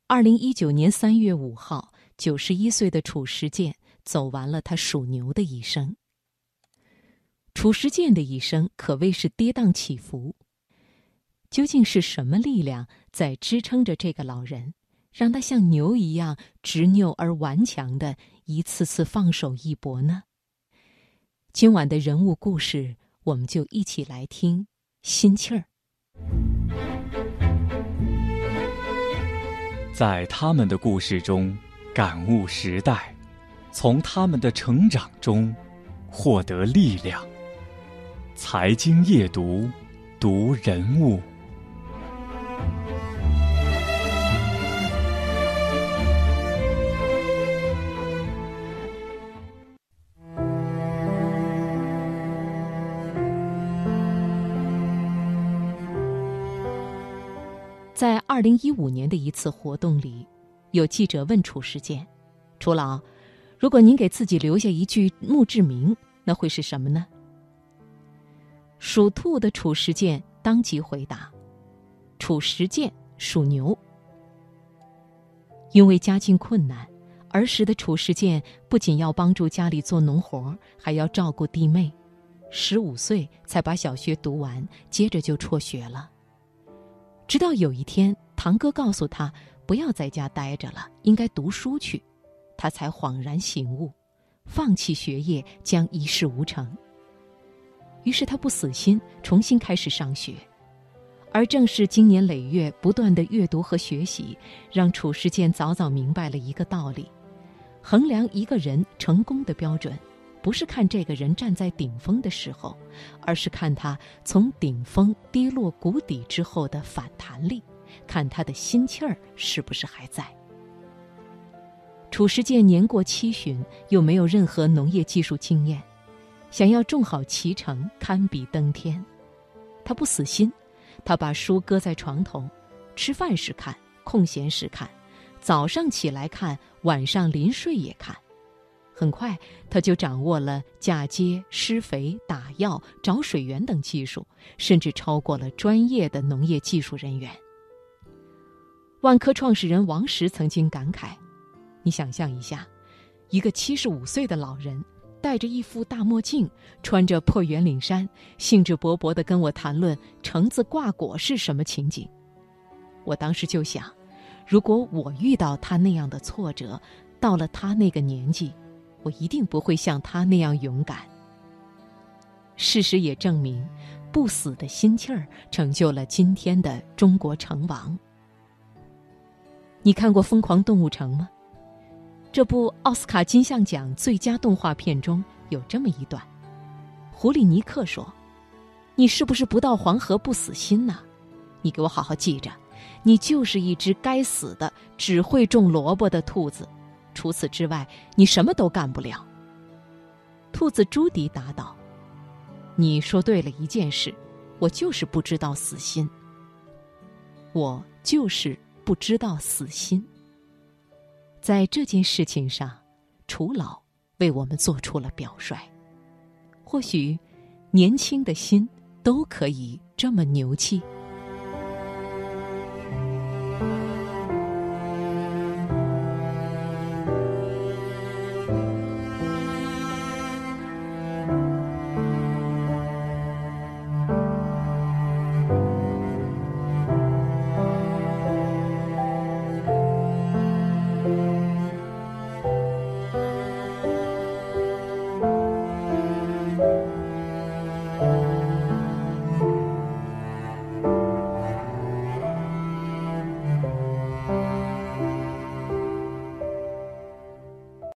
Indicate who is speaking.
Speaker 1: 2019年3月5号，91岁的褚时健走完了他属牛的一生。褚时健的一生可谓是跌宕起伏，究竟是什么力量在支撑着这个老人，让他像牛一样执拗而顽强地一次次放手一搏呢？今晚的人物故事，我们就一起来听心气儿。
Speaker 2: 在他们的故事中感悟时代，从他们的成长中获得力量。财经夜读，读人物。
Speaker 1: 在2015年的一次活动里，有记者问褚时健：“褚老，如果您给自己留下一句墓志铭，那会是什么呢？”属兔的褚时健当即回答：“褚时健，属牛。”因为家境困难，儿时的褚时健不仅要帮助家里做农活，还要照顾弟妹。15岁才把小学读完，接着就辍学了。直到有一天，堂哥告诉他不要在家待着了，应该读书去，他才恍然醒悟，放弃学业，将一事无成。于是他不死心，重新开始上学。而正是经年累月不断的阅读和学习，让褚时健早早明白了一个道理：衡量一个人成功的标准，不是看这个人站在顶峰的时候，而是看他从顶峰跌落谷底之后的反弹力，看他的心气儿是不是还在。褚时健年过70，又没有任何农业技术经验，想要种好脐橙堪比登天。他不死心，他把书搁在床头，吃饭时看，空闲时看，早上起来看，晚上临睡也看。很快他就掌握了嫁接、施肥、打药、找水源等技术，甚至超过了专业的农业技术人员。万科创始人王石曾经感慨，你想象一下，一个75岁的老人戴着一副大墨镜，穿着破圆领衫，兴致勃勃地跟我谈论橙子挂果是什么情景。我当时就想，如果我遇到他那样的挫折，到了他那个年纪，我一定不会像他那样勇敢。事实也证明，不死的心气儿成就了今天的中国成王。你看过《疯狂动物城》吗？这部奥斯卡金像奖最佳动画片中有这么一段，狐狸尼克说：“你是不是不到黄河不死心呢？你给我好好记着，你就是一只该死的只会种萝卜的兔子。除此之外，你什么都干不了。”兔子朱迪答道：“你说对了一件事，我就是不知道死心。我就是不知道死心。”在这件事情上，褚老为我们做出了表率。或许，年轻的心都可以这么牛气。